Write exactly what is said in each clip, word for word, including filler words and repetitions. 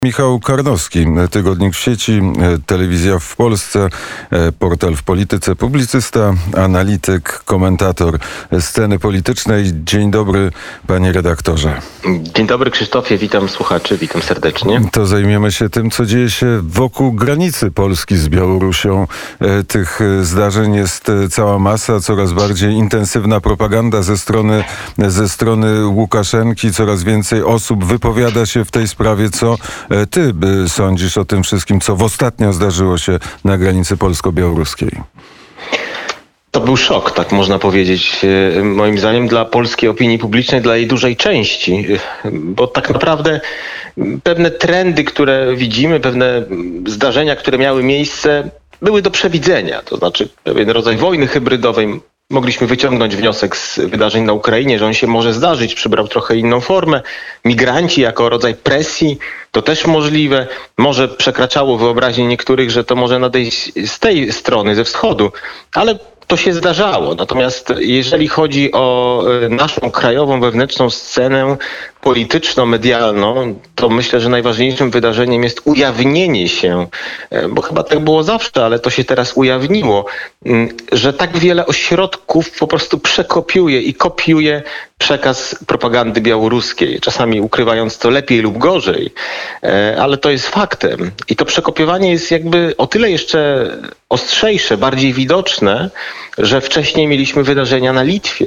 Michał Karnowski, Tygodnik w sieci, telewizja w Polsce, portal w polityce, publicysta, analityk, komentator sceny politycznej. Dzień dobry, panie redaktorze. Dzień dobry, Krzysztofie, witam słuchaczy, witam serdecznie. To zajmiemy się tym, co dzieje się wokół granicy Polski z Białorusią. Tych zdarzeń jest cała masa, coraz bardziej intensywna propaganda ze strony, ze strony Łukaszenki, coraz więcej osób wypowiada się w tej sprawie. Co ty sądzisz o tym wszystkim, co w ostatnio zdarzyło się na granicy polsko-białoruskiej? To był szok, tak można powiedzieć, moim zdaniem dla polskiej opinii publicznej, dla jej dużej części, bo tak naprawdę pewne trendy, które widzimy, pewne zdarzenia, które miały miejsce, były do przewidzenia. To znaczy pewien rodzaj wojny hybrydowej. Mogliśmy wyciągnąć wniosek z wydarzeń na Ukrainie, że on się może zdarzyć, przybrał trochę inną formę. Migranci jako rodzaj presji, to też możliwe. Może przekraczało wyobraźnię niektórych, że to może nadejść z tej strony, ze wschodu, ale to się zdarzało. Natomiast jeżeli chodzi o naszą krajową, wewnętrzną scenę polityczno-medialną, to myślę, że najważniejszym wydarzeniem jest ujawnienie się, bo chyba tak było zawsze, ale to się teraz ujawniło, że tak wiele ośrodków po prostu przekopiuje i kopiuje przekaz propagandy białoruskiej, czasami ukrywając to lepiej lub gorzej, ale to jest faktem. I to przekopiowanie jest jakby o tyle jeszcze ostrzejsze, bardziej widoczne, że wcześniej mieliśmy wydarzenia na Litwie.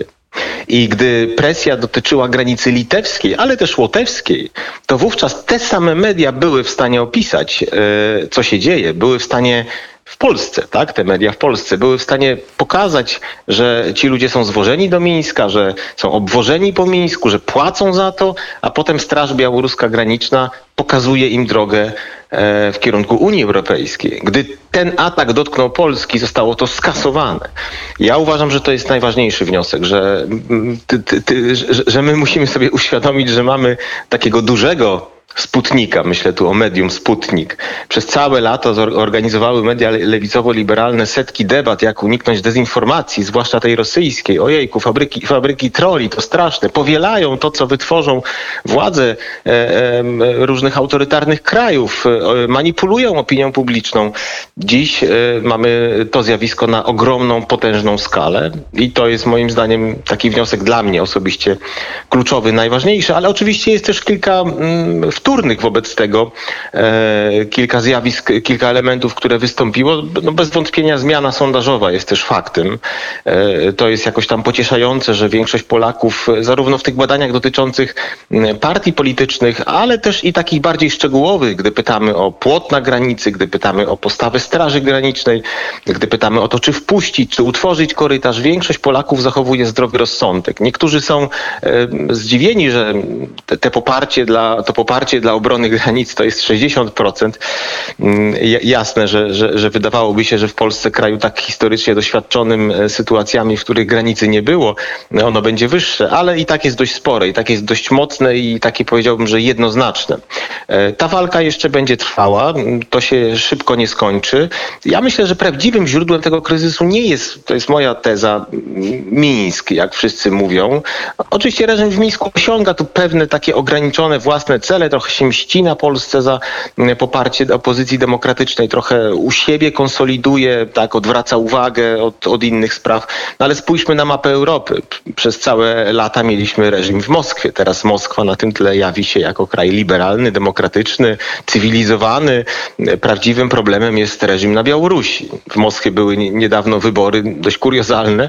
I gdy presja dotyczyła granicy litewskiej, ale też łotewskiej, to wówczas te same media były w stanie opisać, co się dzieje, były w stanie w Polsce, tak, te media w Polsce były w stanie pokazać, że ci ludzie są zwożeni do Mińska, że są obwożeni po Mińsku, że płacą za to, a potem Straż Białoruska Graniczna pokazuje im drogę w kierunku Unii Europejskiej. Gdy ten atak dotknął Polski, zostało to skasowane. Ja uważam, że to jest najważniejszy wniosek, że, ty, ty, ty, że, że my musimy sobie uświadomić, że mamy takiego dużego Sputnika, myślę tu o medium Sputnik. Przez całe lato organizowały media lewicowo-liberalne setki debat, jak uniknąć dezinformacji, zwłaszcza tej rosyjskiej. Ojejku, fabryki, fabryki troli, to straszne. Powielają to, co wytworzą władze e, e, różnych autorytarnych krajów. E, manipulują opinią publiczną. Dziś e, mamy to zjawisko na ogromną, potężną skalę i to jest moim zdaniem taki wniosek dla mnie osobiście kluczowy, najważniejszy, ale oczywiście jest też kilka mm, wtórnych wobec tego, e, kilka zjawisk, kilka elementów, które wystąpiło. No bez wątpienia zmiana sondażowa jest też faktem. E, to jest jakoś tam pocieszające, że większość Polaków, zarówno w tych badaniach dotyczących partii politycznych, ale też i takich bardziej szczegółowych, gdy pytamy o płot na granicy, gdy pytamy o postawę Straży Granicznej, gdy pytamy o to, czy wpuścić, czy utworzyć korytarz, większość Polaków zachowuje zdrowy rozsądek. Niektórzy są e, zdziwieni, że te, te poparcie dla, to poparcie dla obrony granic to jest sześćdziesiąt procent. Jasne, że, że, że wydawałoby się, że w Polsce, kraju tak historycznie doświadczonym sytuacjami, w których granicy nie było, ono będzie wyższe, ale i tak jest dość spore, i tak jest dość mocne i takie powiedziałbym, że jednoznaczne. Ta walka jeszcze będzie trwała, to się szybko nie skończy. Ja myślę, że prawdziwym źródłem tego kryzysu nie jest, to jest moja teza, Mińsk, jak wszyscy mówią. Oczywiście reżim w Mińsku osiąga tu pewne takie ograniczone własne cele, trochę się mści na Polsce za poparcie opozycji demokratycznej, trochę u siebie konsoliduje, tak, odwraca uwagę od, od innych spraw. No ale spójrzmy na mapę Europy. Przez całe lata mieliśmy reżim w Moskwie. Teraz Moskwa na tym tle jawi się jako kraj liberalny, demokratyczny, cywilizowany. Prawdziwym problemem jest reżim na Białorusi. W Moskwie były niedawno wybory dość kuriozalne,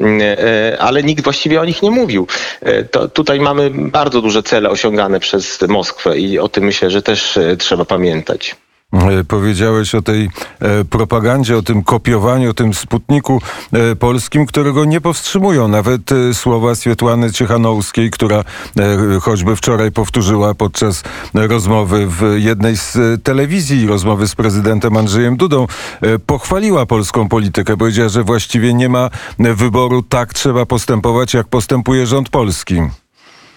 ale nikt właściwie o nich nie mówił. To tutaj mamy bardzo duże cele osiągane przez Moskwę i o tym myślę, że też trzeba pamiętać. Powiedziałeś o tej e, propagandzie, o tym kopiowaniu, o tym Sputniku e, polskim, którego nie powstrzymują nawet e, słowa Swiatłany Cichanouskiej, która e, choćby wczoraj powtórzyła podczas rozmowy w jednej z e, telewizji, rozmowy z prezydentem Andrzejem Dudą, e, pochwaliła polską politykę. Powiedziała, że właściwie nie ma wyboru, tak trzeba postępować, jak postępuje rząd polski.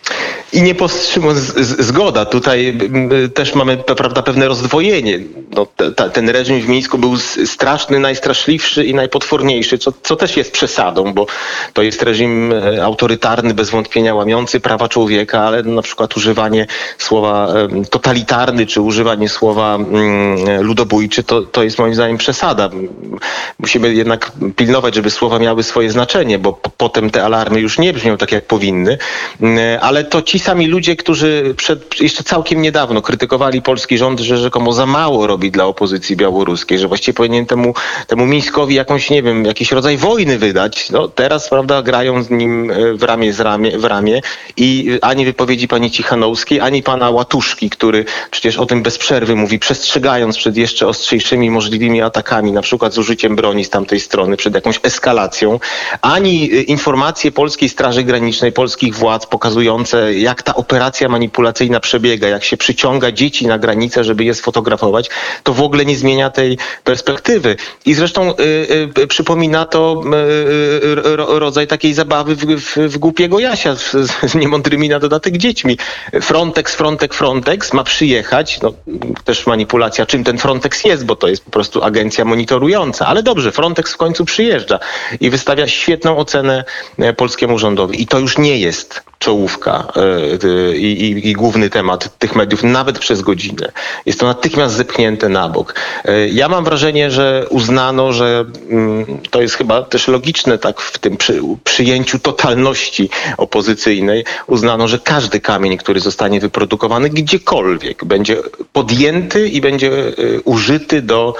i nie powstrzymuje zgoda. Tutaj też mamy, prawda, pewne rozdwojenie. No, ta, ten reżim w Mińsku był straszny, najstraszliwszy i najpotworniejszy, co, co też jest przesadą, bo to jest reżim autorytarny, bez wątpienia łamiący prawa człowieka, ale na przykład używanie słowa totalitarny, czy używanie słowa ludobójczy, to, to jest moim zdaniem przesada. Musimy jednak pilnować, żeby słowa miały swoje znaczenie, bo po, potem te alarmy już nie brzmią tak, jak powinny. Ale to ci sami ludzie, którzy przed, jeszcze całkiem niedawno krytykowali polski rząd, że rzekomo za mało robi dla opozycji białoruskiej, że właściwie powinien temu, temu Mińskowi jakąś, nie wiem, jakiś rodzaj wojny wydać. No teraz, prawda, grają z nim w ramię, z ramię, w ramię i ani wypowiedzi pani Cichanouskiej, ani pana Łatuszki, który przecież o tym bez przerwy mówi, przestrzegając przed jeszcze ostrzejszymi możliwymi atakami, na przykład z użyciem broni z tamtej strony, przed jakąś eskalacją, ani informacje Polskiej Straży Granicznej, polskich władz pokazujące, jak ta operacja manipulacyjna przebiega, jak się przyciąga dzieci na granicę, żeby je sfotografować, to w ogóle nie zmienia tej perspektywy. I zresztą y, y, przypomina to y, y, rodzaj takiej zabawy w, w, w głupiego Jasia z, z niemądrymi na dodatek dziećmi. Frontex, Frontex, Frontex ma przyjechać, no, też manipulacja, czym ten Frontex jest, bo to jest po prostu agencja monitorująca, ale dobrze, Frontex w końcu przyjeżdża i wystawia świetną ocenę polskiemu rządowi. I to już nie jest czołówka i, i, i główny temat tych mediów, nawet przez godzinę. Jest to natychmiast zepchnięte na bok. Ja mam wrażenie, że uznano, że to jest chyba też logiczne, tak w tym przy, przyjęciu totalności opozycyjnej, uznano, że każdy kamień, który zostanie wyprodukowany gdziekolwiek, będzie podjęty i będzie użyty do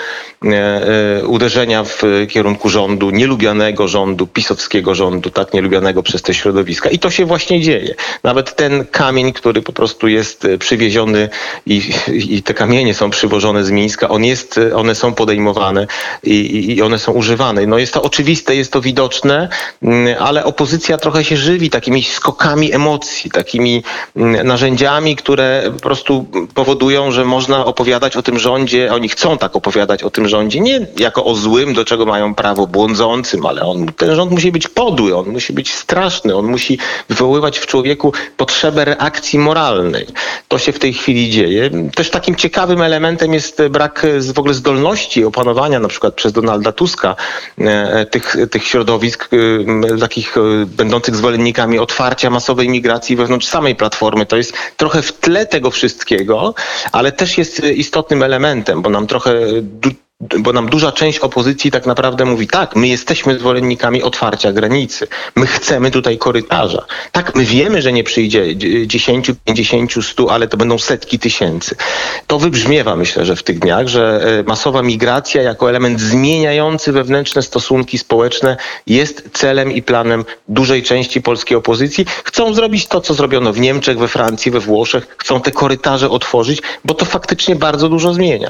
uderzenia w kierunku rządu, nielubianego rządu, pisowskiego rządu, tak nielubianego przez te środowiska. I to się właśnie dzieje. Nawet ten kamień, który po prostu jest przywieziony i, i te kamienie są przywożone z Mińska, on jest, one są podejmowane i, i one są używane. No jest to oczywiste, jest to widoczne, ale opozycja trochę się żywi takimi skokami emocji, takimi narzędziami, które po prostu powodują, że można opowiadać o tym rządzie, oni chcą tak opowiadać o tym rządzie, nie jako o złym, do czego mają prawo, błądzącym, ale on, ten rząd musi być podły, on musi być straszny, on musi wywoływać w człowieku potrzebę reakcji moralnej. To się w tej chwili dzieje. Też takim ciekawym elementem jest brak w ogóle zdolności opanowania na przykład przez Donalda Tuska tych, tych środowisk takich będących zwolennikami otwarcia masowej migracji wewnątrz samej Platformy. To jest trochę w tle tego wszystkiego, ale też jest istotnym elementem, bo nam trochę bo nam duża część opozycji tak naprawdę mówi, tak, my jesteśmy zwolennikami otwarcia granicy. My chcemy tutaj korytarza. Tak, my wiemy, że nie przyjdzie dziesięć, pięćdziesiąt, sto, ale to będą setki tysięcy. To wybrzmiewa, myślę, że w tych dniach, że masowa migracja jako element zmieniający wewnętrzne stosunki społeczne jest celem i planem dużej części polskiej opozycji. Chcą zrobić to, co zrobiono w Niemczech, we Francji, we Włoszech. Chcą te korytarze otworzyć, bo to faktycznie bardzo dużo zmienia.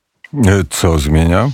Co zmienia?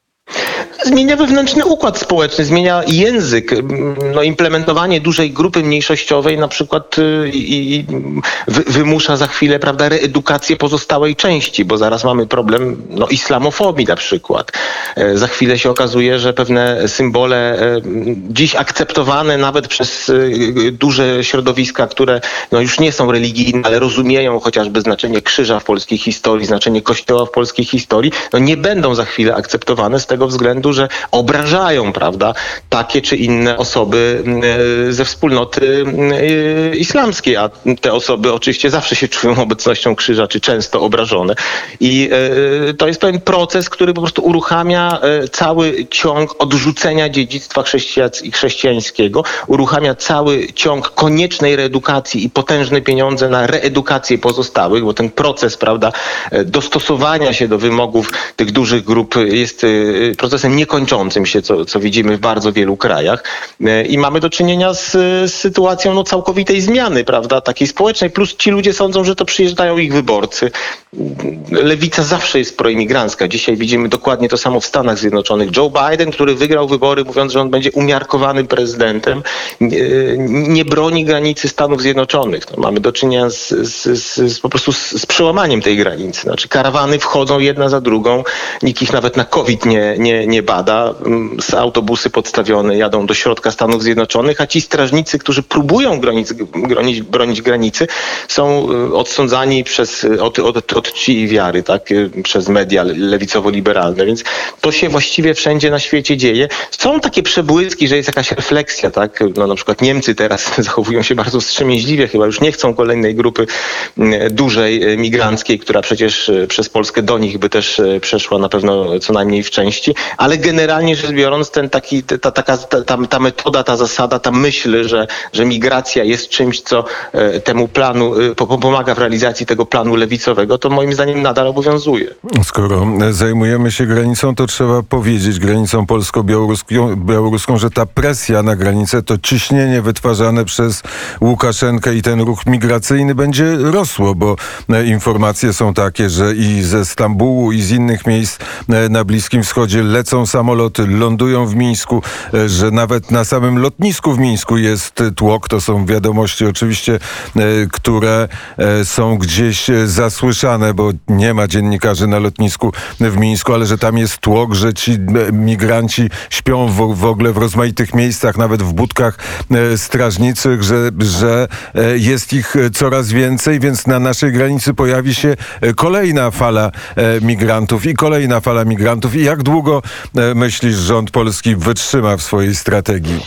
Zmienia wewnętrzny układ społeczny, zmienia język, no, implementowanie dużej grupy mniejszościowej na przykład i, i wy, wymusza za chwilę, prawda, reedukację pozostałej części, bo zaraz mamy problem no, islamofobii na przykład. E, za chwilę się okazuje, że pewne symbole e, dziś akceptowane nawet przez e, duże środowiska, które no, już nie są religijne, ale rozumieją chociażby znaczenie krzyża w polskiej historii, znaczenie kościoła w polskiej historii, no, nie będą za chwilę akceptowane z tego względu, że obrażają, prawda, takie czy inne osoby ze wspólnoty islamskiej, a te osoby oczywiście zawsze się czują obecnością krzyża, czy często obrażone. I to jest pewien proces, który po prostu uruchamia cały ciąg odrzucenia dziedzictwa chrześcijańskiego, uruchamia cały ciąg koniecznej reedukacji i potężne pieniądze na reedukację pozostałych, bo ten proces, prawda, dostosowania się do wymogów tych dużych grup jest procesem niekończącym się, co, co widzimy w bardzo wielu krajach. I mamy do czynienia z, z sytuacją no, całkowitej zmiany, prawda, takiej społecznej. Plus ci ludzie sądzą, że to przyjeżdżają ich wyborcy. Lewica zawsze jest proimigrancka. Dzisiaj widzimy dokładnie to samo w Stanach Zjednoczonych. Joe Biden, który wygrał wybory, mówiąc, że on będzie umiarkowanym prezydentem, nie, nie broni granicy Stanów Zjednoczonych. No, mamy do czynienia z, z, z, z po prostu z, z przełamaniem tej granicy. Znaczy karawany wchodzą jedna za drugą. Nikt ich nawet na COVID nie, nie, nie bał. listopada z autobusy podstawione jadą do środka Stanów Zjednoczonych, a ci strażnicy, którzy próbują bronić, bronić, bronić granicy, są odsądzani przez, od, od, od czci i wiary, tak? Przez media lewicowo-liberalne. Więc to się właściwie wszędzie na świecie dzieje. Są takie przebłyski, że jest jakaś refleksja, tak? No, na przykład Niemcy teraz zachowują się bardzo wstrzemięźliwie, chyba już nie chcą kolejnej grupy dużej migranckiej, która przecież przez Polskę do nich by też przeszła na pewno co najmniej w części, ale generalnie rzecz biorąc ten taki, ta, taka, ta, ta metoda, ta zasada, ta myśl, że, że migracja jest czymś, co temu planu, pomaga w realizacji tego planu lewicowego, to moim zdaniem nadal obowiązuje. Skoro zajmujemy się granicą, to trzeba powiedzieć granicą polsko-białoruską, białoruską, że ta presja na granicę, to ciśnienie wytwarzane przez Łukaszenkę i ten ruch migracyjny będzie rosło, bo informacje są takie, że i ze Stambułu, i z innych miejsc na Bliskim Wschodzie lecą samoloty, lądują w Mińsku, że nawet na samym lotnisku w Mińsku jest tłok. To są wiadomości oczywiście, które są gdzieś zasłyszane, bo nie ma dziennikarzy na lotnisku w Mińsku, ale że tam jest tłok, że ci migranci śpią w, w ogóle w rozmaitych miejscach, nawet w budkach strażniczych, że, że jest ich coraz więcej, więc na naszej granicy pojawi się kolejna fala migrantów i kolejna fala migrantów. I jak długo, myślisz, rząd polski wytrzyma w swojej strategii?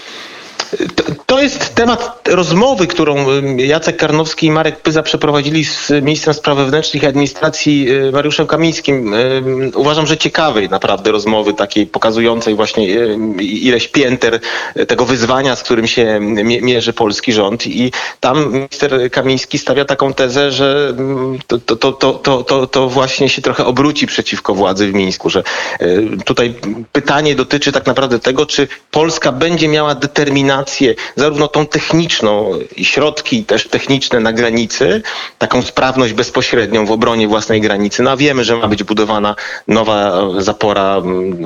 To jest temat rozmowy, którą Jacek Karnowski i Marek Pyza przeprowadzili z ministrem spraw wewnętrznych i administracji Mariuszem Kamińskim. Uważam, że ciekawej naprawdę rozmowy, takiej pokazującej właśnie ileś pięter tego wyzwania, z którym się mierzy polski rząd. I tam minister Kamiński stawia taką tezę, że to, to, to, to, to, to właśnie się trochę obróci przeciwko władzy w Mińsku, że tutaj pytanie dotyczy tak naprawdę tego, czy Polska będzie miała determinację, zarówno tą techniczną i środki też techniczne na granicy, taką sprawność bezpośrednią w obronie własnej granicy. No a wiemy, że ma być budowana nowa zapora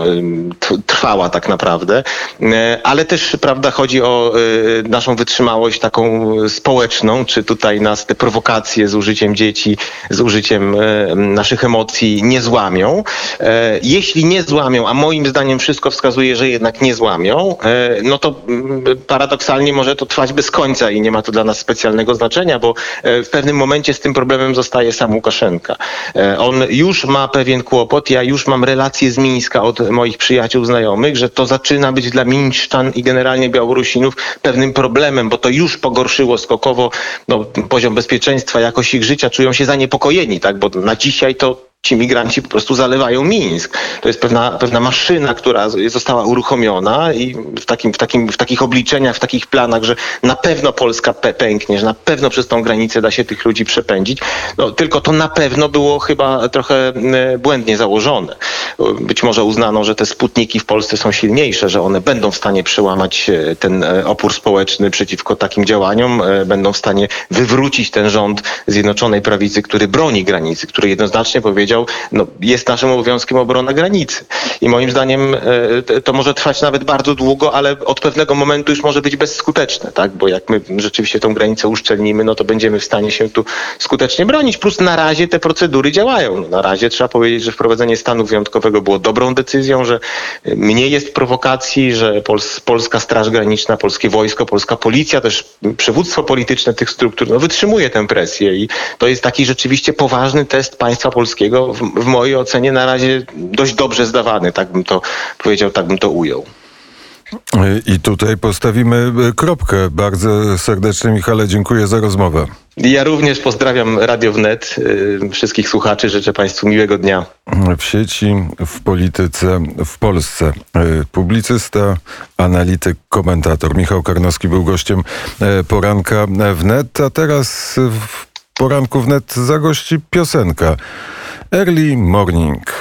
trwała tak naprawdę, ale też, prawda, chodzi o naszą wytrzymałość taką społeczną, czy tutaj nas te prowokacje z użyciem dzieci, z użyciem naszych emocji nie złamią. Jeśli nie złamią, a moim zdaniem wszystko wskazuje, że jednak nie złamią, no to paradoksalnie może to trwać bez końca i nie ma to dla nas specjalnego znaczenia, bo w pewnym momencie z tym problemem zostaje sam Łukaszenka. On już ma pewien kłopot. Ja już mam relacje z Mińska od moich przyjaciół, znajomych, że to zaczyna być dla mińszczan i generalnie Białorusinów pewnym problemem, bo to już pogorszyło skokowo no, poziom bezpieczeństwa, jakość ich życia, czują się zaniepokojeni, tak? Bo na dzisiaj to ci migranci po prostu zalewają Mińsk. To jest pewna, pewna maszyna, która została uruchomiona i w, takim, w, takim, w takich obliczeniach, w takich planach, że na pewno Polska pęknie, że na pewno przez tą granicę da się tych ludzi przepędzić. No, tylko to na pewno było chyba trochę błędnie założone. Być może uznano, że te sputniki w Polsce są silniejsze, że one będą w stanie przełamać ten opór społeczny przeciwko takim działaniom, będą w stanie wywrócić ten rząd Zjednoczonej Prawicy, który broni granicy, który jednoznacznie powiedział, no, jest naszym obowiązkiem obrona granicy. I moim zdaniem e, to może trwać nawet bardzo długo, ale od pewnego momentu już może być bezskuteczne, tak? Bo jak my rzeczywiście tą granicę uszczelnimy, no to będziemy w stanie się tu skutecznie bronić. Plus na razie te procedury działają. No, na razie trzeba powiedzieć, że wprowadzenie stanu wyjątkowego było dobrą decyzją, że mniej jest prowokacji, że Pols- Polska Straż Graniczna, polskie wojsko, polska policja, też przywództwo polityczne tych struktur, no, wytrzymuje tę presję i to jest taki rzeczywiście poważny test państwa polskiego, W, w mojej ocenie na razie dość dobrze zdawany, tak bym to powiedział, tak bym to ujął. I tutaj postawimy kropkę. Bardzo serdecznie, Michale, dziękuję za rozmowę. Ja również pozdrawiam Radio Wnet, yy, wszystkich słuchaczy, życzę Państwu miłego dnia. W sieci, w polityce, w Polsce. Publicysta, analityk, komentator Michał Karnowski był gościem poranka Wnet, a teraz w poranku Wnet zagości piosenka Early Morning.